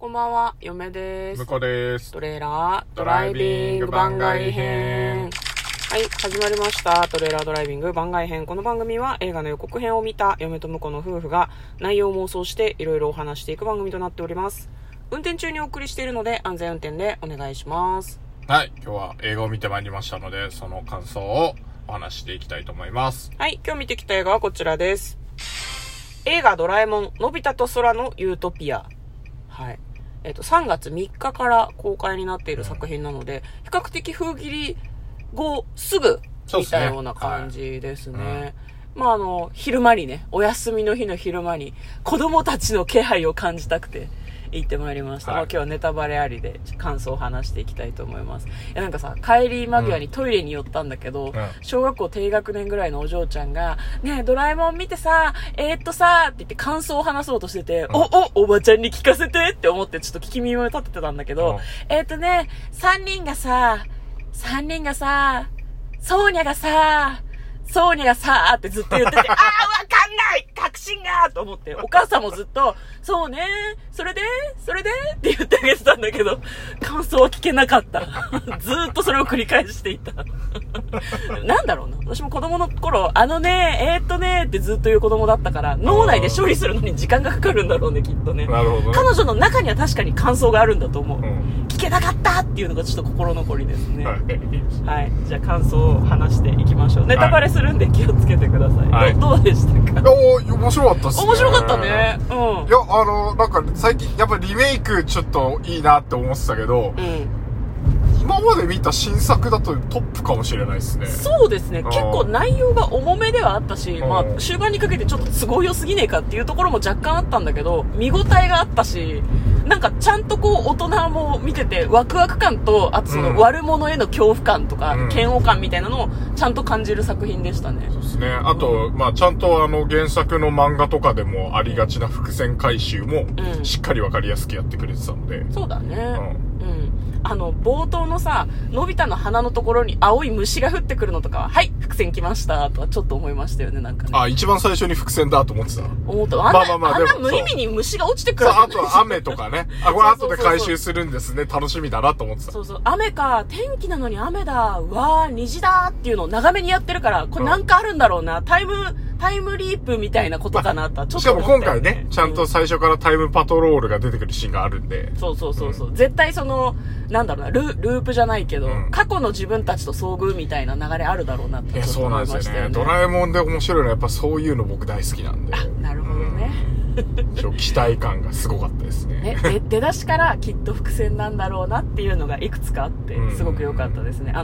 こんばんは、嫁です。 向こうです。 トレーラードライビング番外編。はい、始まりました。トレーラードライビング番外編。この番組は映画の予告編を見た嫁と婿の夫婦が内容を妄想していろいろお話していく番組となっております。運転中にお送りしているので安全運転でお願いします。 はい、今日は映画を見てまいりましたので、その感想をお話していきたいと思います。 はい、今日見てきた映画はこちらです。映画ドラえもんのび太と空のユートピア。はい。3月3日から公開になっている作品なので、比較的封切り後すぐ見たような感じですね。まあ昼間にね、お休みの日の昼間に子供たちの気配を感じたくて行ってまいりました。今日はネタバレありで感想を話していきたいと思います。なんかさ、帰り間際にトイレに寄ったんだけど、小学校低学年ぐらいのお嬢ちゃんが、ねえ、ドラえもん見てさ、さ、って言って感想を話そうとしてて、おばちゃんに聞かせてって思ってちょっと聞き耳を立ててたんだけど、3人がさ、ソーニャがさってずっと言ってて、わかんない確信がと思って、お母さんもずっと、そうね、それでって言ってあげてたんだけど、感想は聞けなかった。ずーっとそれを繰り返していた。なんだろうな。私も子供の頃、ってずっと言う子供だったから、脳内で処理するのに時間がかかるんだろうね、きっとね。 なるほどね。 彼女の中には確かに感想があるんだと思う。聞けなかったっていうのがちょっと心残りですね。はい。じゃあ感想を話していきましょう。ネタバレするんで気をつけてください。はい、どうでしたか？ 面白かったっすね。 面白かったね。うん。 いや、なんか最近、やっぱリメイクちょっといいなって思ってたけど、今まで見た新作だとトップかもしれないですね。 そうですね。結構内容が重めではあったし、終盤にかけてちょっと都合良すぎねえかっていうところも若干あったんだけど、見応えがあったし、なんかちゃんと大人も見ててワクワク感と、あとその悪者への恐怖感とか、嫌悪感みたいなのをちゃんと感じる作品でしたね。 そうですね。あと、ちゃんと原作の漫画とかでもありがちな伏線回収もしっかりわかりやすくやってくれてたので。 そうだね。冒頭のさ、のび太の鼻のところに青い虫が降ってくるのとかは、はい、伏線来ました、とはちょっと思いましたよね、なんかね。 一番最初に伏線だと思ってた。 あんな無意味に虫が落ちてくるあとは雨とかね。これ後で回収するんですね、楽しみだなと思ってた。 そうそう、雨か、天気なのに雨だ、虹だっていうのを長めにやってるから、これなんかあるんだろうな、タイムリープみたいなことかなとはちょっと思ったよね。 しかも今回ね、ちゃんと最初からタイムパトロールが出てくるシーンがあるんで。 そう。絶対なんだろうな、ループじゃないけど、過去の自分たちと遭遇みたいな流れあるだろうなってちょっと思いましたよね。そうなんですよね。 ドラえもんで面白いのはやっぱそういうの僕大好きなんで。 なるほどね。 期待感がすごかったですね。 出だしからきっと伏線なんだろうなっていうのがいくつかあって、すごく良かったですね。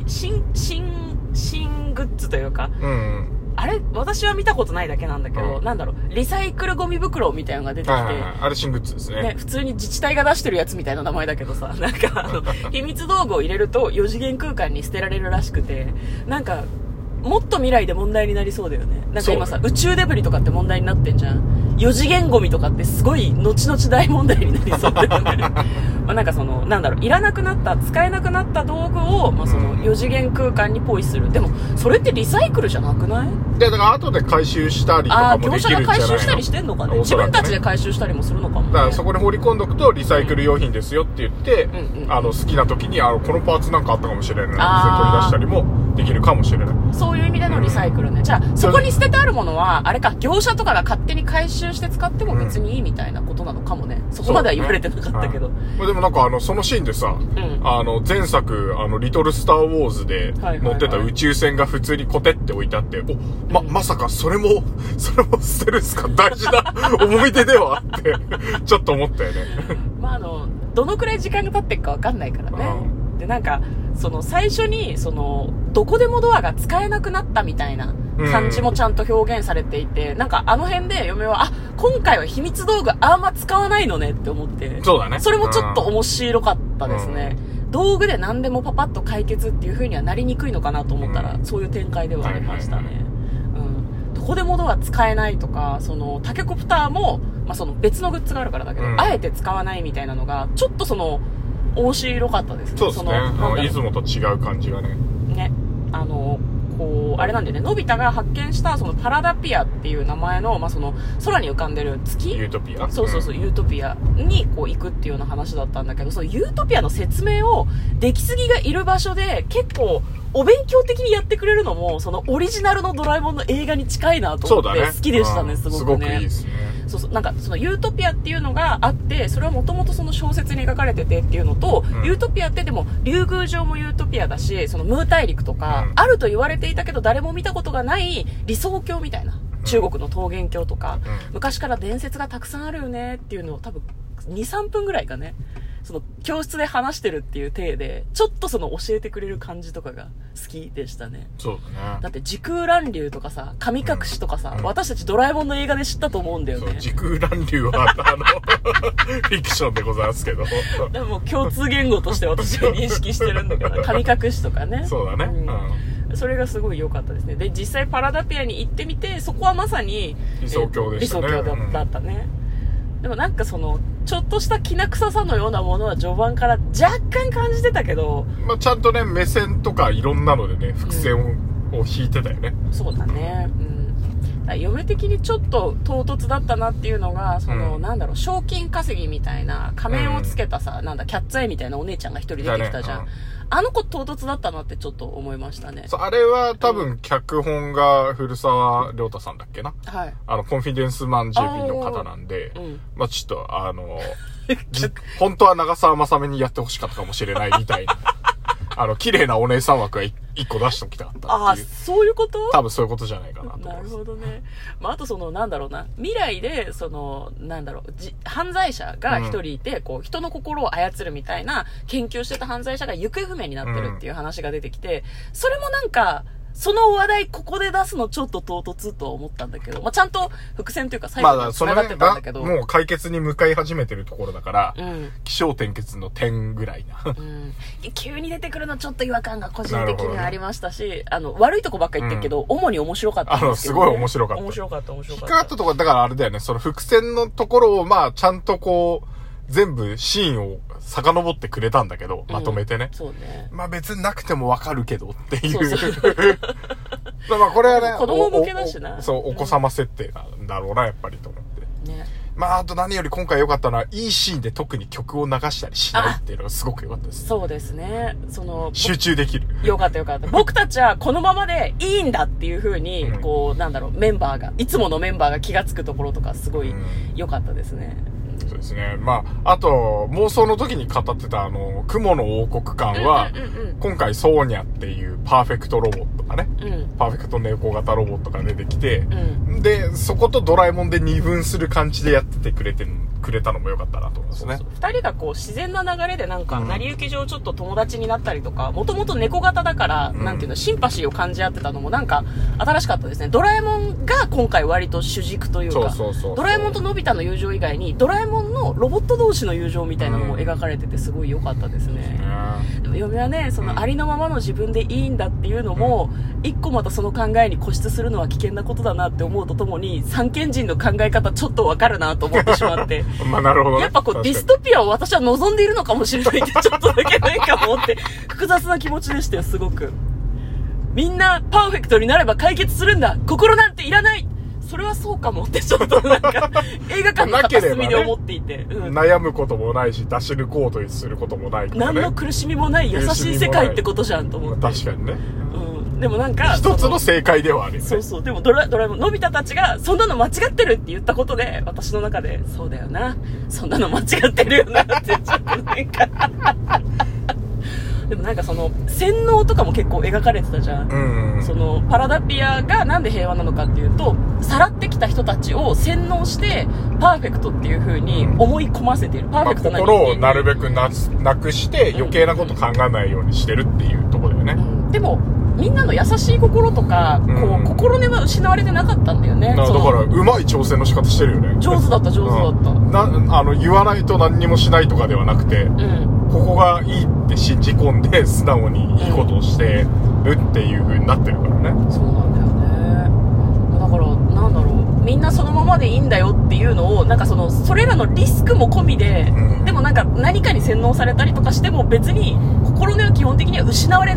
新グッズというか、あれ私は見たことないだけなんだけど、リサイクルゴミ袋みたいなのが出てきて、 あれ新グッズですね。 普通に自治体が出してるやつみたいな名前だけどさ、なんか秘密道具を入れると4次元空間に捨てられるらしくて、なんかもっと未来で問題になりそうだよね。なんか今さ、宇宙デブリとかって問題になってんじゃん。4次元ゴミとかってすごい後々大問題になりそうだよね。なんかいらなくなった、使えなくなった道具を、4次元空間にポイする。でも、それってリサイクルじゃなくない？ だから後で回収したりとかもできるんじゃないの？ 業者が回収したりしてんのかね。自分たちで回収したりもするのかもね。 だからそこに放り込んどくとリサイクル用品ですよって言って、好きな時にこのパーツなんかあったかもしれないので、取り出したりもできるかもしれない。 そういう意味でのリサイクルね。じゃあ、そこに捨ててあるものは、あれか、業者とかが勝手に回収して使っても別にいいみたいなことなのかもね。そこまでは言われてなかったけど。 でもなんかそのシーンでさ、前作、リトルスターウォーズで乗ってた宇宙船が普通にコテって置いてあって、まさかそれも捨てるんすか？大事な思い出ではって、ちょっと思ったよね。 どのくらい時間が経ってるかわかんないからね。で、なんか、最初に、どこでもドアが使えなくなったみたいな感じもちゃんと表現されていて、なんか辺で嫁は、今回は秘密道具あんま使わないのねって思って。 そうだね。 それもちょっと面白かったですね。道具で何でもパパッと解決っていう風にはなりにくいのかなと思ったら、そういう展開ではありましたね。どこでもドア使えないとか、タケコプターも、別のグッズがあるからだけど、あえて使わないみたいなのが、ちょっと面白かったですね。 そうですね。いつもと違う感じがね。 ね。 こうあれなんだよね、のび太が発見したそのパラダピアっていう名前の、その空に浮かんでる月、 ユートピア、 そうそうそう、ユートピアにこう行くっていうような話だったんだけど、そのユートピアの説明を出来すぎがいる場所で結構お勉強的にやってくれるのも、そのオリジナルのドラえもんの映画に近いなと思って好きでしたね、すごくね。 すごくいいですね。 そうそう、なんかそのユートピアっていうのがあって、それはもともとその小説に書かれててっていうのと、ユートピアってでも竜宮城もユートピアだし、そのムー大陸とか、あると言われていたけど誰も見たことがない理想郷みたいな、中国の桃源郷とか、昔から伝説がたくさんあるよねっていうのを多分2、3分ぐらいかね、その教室で話してるっていう体でちょっとその教えてくれる感じとかが好きでしたね。 そうだね。 だって時空乱流とかさ、神隠しとかさ、私たちドラえもんの映画で知ったと思うんだよね。 時空乱流はフィクションでございますけどでも共通言語として私は認識してるんだけど神隠しとかね。 そうだね、 それがすごい良かったですね。で実際パラダピアに行ってみて、そこはまさに理想郷でしたね。 理想郷だったね、でもなんかそのちょっとしたきな臭さのようなものは序盤から若干感じてたけど、 ちゃんとね目線とかいろんなのでね伏線を引いてたよね、 そうだね。嫁的にちょっと唐突だったなっていうのが、その、なんだろう、賞金稼ぎみたいな仮面をつけたさ、なんだキャッツアイみたいなお姉ちゃんが一人出てきたじゃん、あの子唐突だったなってちょっと思いましたね。 そう、あれは多分脚本が古澤亮太さんだっけな、 はい、 コンフィデンスマン JP の方なんで、ちょっと本当は長澤まさみにやってほしかったかもしれないみたいな綺麗なお姉さん枠は一個出しておきたかったっていう。 ああ、そういうこと？ 多分そういうことじゃないかなと思います。 なるほどね。あとその、なんだろうな。未来で、その、なんだろう、犯罪者が一人いて、こう、人の心を操るみたいな研究してた犯罪者が行方不明になってるっていう話が出てきて、それもなんか、その話題ここで出すのちょっと唐突とは思ったんだけど、ちゃんと伏線というか最後に繋がってたんだけど、 もう解決に向かい始めてるところだから、起承転結の点ぐらいな、 急に出てくるのちょっと違和感が個人的にはありましたし、悪いとこばっか言ってるけど、主に面白かったんですけど、 すごい面白かった。 面白かった。引っかかったところだからあれだよね、その伏線のところをちゃんとこう全部シーンを遡ってくれたんだけど、まとめてね。 そうね。 別になくてもわかるけどっていう。 そうこれはね、 子供向けだしな。 そう、お子様設定なんだろうな、やっぱりと思って。 ね。 あと何より今回良かったのは、いいシーンで特に曲を流したりしないっていうのがすごく良かったです。 そうですね。 集中できる。 良かった。僕たちはこのままでいいんだっていう風に、こう、なんだろう、いつものメンバーが気がつくところとかすごい良かったですね。 そうですね。あと、妄想の時に語ってた雲の王国館は、今回ソーニャっていうパーフェクトロボットがね、パーフェクト猫型ロボットが出てきて、で、そことドラえもんで二分する感じでやっててくれたのも良かったなと思いますね。 二人がこう自然な流れでなんか、成り行き上ちょっと友達になったりとか、もともと猫型だから、なんていうの、シンパシーを感じ合ってたのもなんか新しかったですね。ドラえもんが今回割と主軸というか、ドラえもんとのび太の友情以外に、ドラえもんのロボット同士の友情みたいなのも描かれててすごい良かったですね。でも嫁はね、そのありのままの自分でいいんだっていうのも、一個またその考えに固執するのは危険なことだなって思うとともに、三賢人の考え方ちょっとわかるなと思ってしまって。 なるほどね。 やっぱこうディストピアを私は望んでいるのかもしれないってちょっとだけないかも思って、複雑な気持ちでしたよ、すごく。みんなパーフェクトになれば解決するんだ、心なんていらない、それはそうかもってちょっとなんか映画館の片隅で思っていて、 悩むこともないし出し抜こうとすることもないからね、 何の苦しみもない優しい世界ってことじゃんと思って。 確かにね、 でもなんか一つの正解ではあるよね。 そうでもドラえもんのび太たちがそんなの間違ってるって言ったことで、私の中でそうだよな、そんなの間違ってるよなってちょっとなんかでもなんかその洗脳とかも結構描かれてたじゃん、そのパラダピアがなんで平和なのかっていうと、さらってきた人たちを洗脳してパーフェクトっていう風に思い込ませている、パーフェクトな人間に、 心をなるべくなくして余計なこと考えないようにしてるっていうところだよね、 でもみんなの優しい心とか、こう心根は失われてなかったんだよね。 だからうまい挑戦の仕方してるよね。 上手だった、言わないと何にもしないとかではなくて、ここがいいって信じ込んで素直にいいことをしてるっていう風になってるからね、 そうなんだよね。だからなんだろう、みんなそのままでいいんだよっていうのをなんかそれらのリスクも込みで、でもなんか何かに洗脳されたりとかしても別に心根は基本的には失われないっ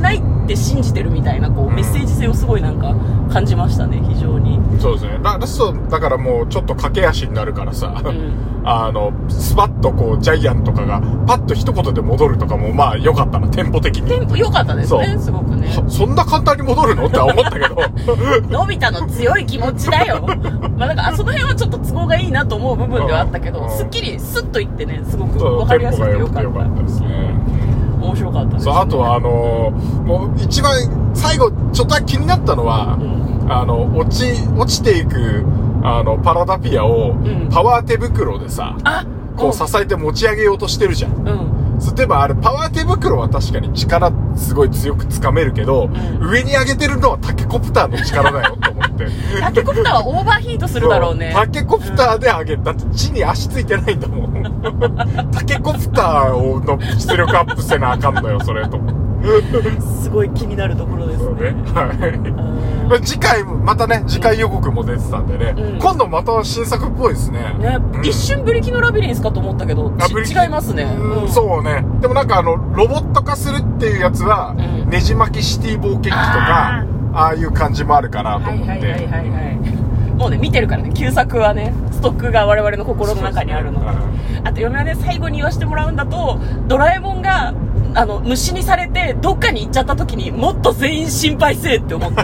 って信じてるみたいな、こう、メッセージ性をすごいなんか感じましたね、非常に。 そうですね。ラスト、だからもうちょっと駆け足になるからさ、スパッとこう、ジャイアンとかが、パッと一言で戻るとかも、まあ良かったな、テンポ的に。 テンポ良かったですね、すごくね。 そんな簡単に戻るのって思ったけど。 のび太の強い気持ちだよ。まあだから、その辺はちょっと都合がいいなと思う部分ではあったけど、すっきりスッといってね、すごくわかりやすくて良かったですね。面白かったですね。 そう、あとはもう一番最後ちょっと気になったのは、落ちていくパラダピアをパワー手袋でさ、こう支えて持ち上げようとしてるじゃん。例えばパワー手袋は確かに力すごい強く掴めるけど、上に上げてるのはタケコプターの力だよと思って。 タケコプターはオーバーヒートするだろうね。 タケコプターで上げだって地に足ついてないんだもん。タケコプターの出力アップせなあかんのよ、それと。 すごい気になるところですね。 はい。次回予告も出てたんでね。今度また新作っぽいですね。 一瞬ブリキのラビリンスかと思ったけど、違いますね。 そうね。でもなんかロボット化するっていうやつは、ねじ巻きシティ冒険記とか、ああいう感じもあるかなと思って。 もうね、見てるからね、旧作はね、ストックが我々の心の中にあるので。あと、嫁はね、最後に言わせてもらうんだと、ドラえもんが、虫にされて、どっかに行っちゃった時にもっと全員心配せえって思った。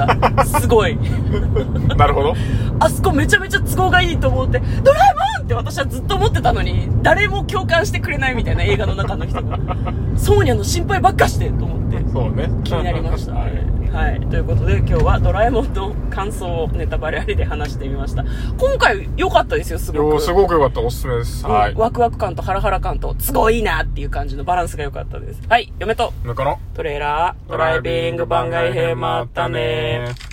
すごい。 なるほど。 あそこめちゃめちゃ都合がいいと思って、ドラえもんって私はずっと思ってたのに、誰も共感してくれないみたいな映画の中の人が。ソーニャの心配ばっかしてと思って。 そうね。 気になりました。はい。ということで、今日はドラえもんの感想をネタバレありで話してみました。今回良かったですよ、すごく。 すごく良かった。おすすめです。はい。 ワクワク感とハラハラ感と、すごいいいなっていう感じのバランスが良かったです。はい。嫁と、 中野トレーラー、ドライビング番外編、まったねー。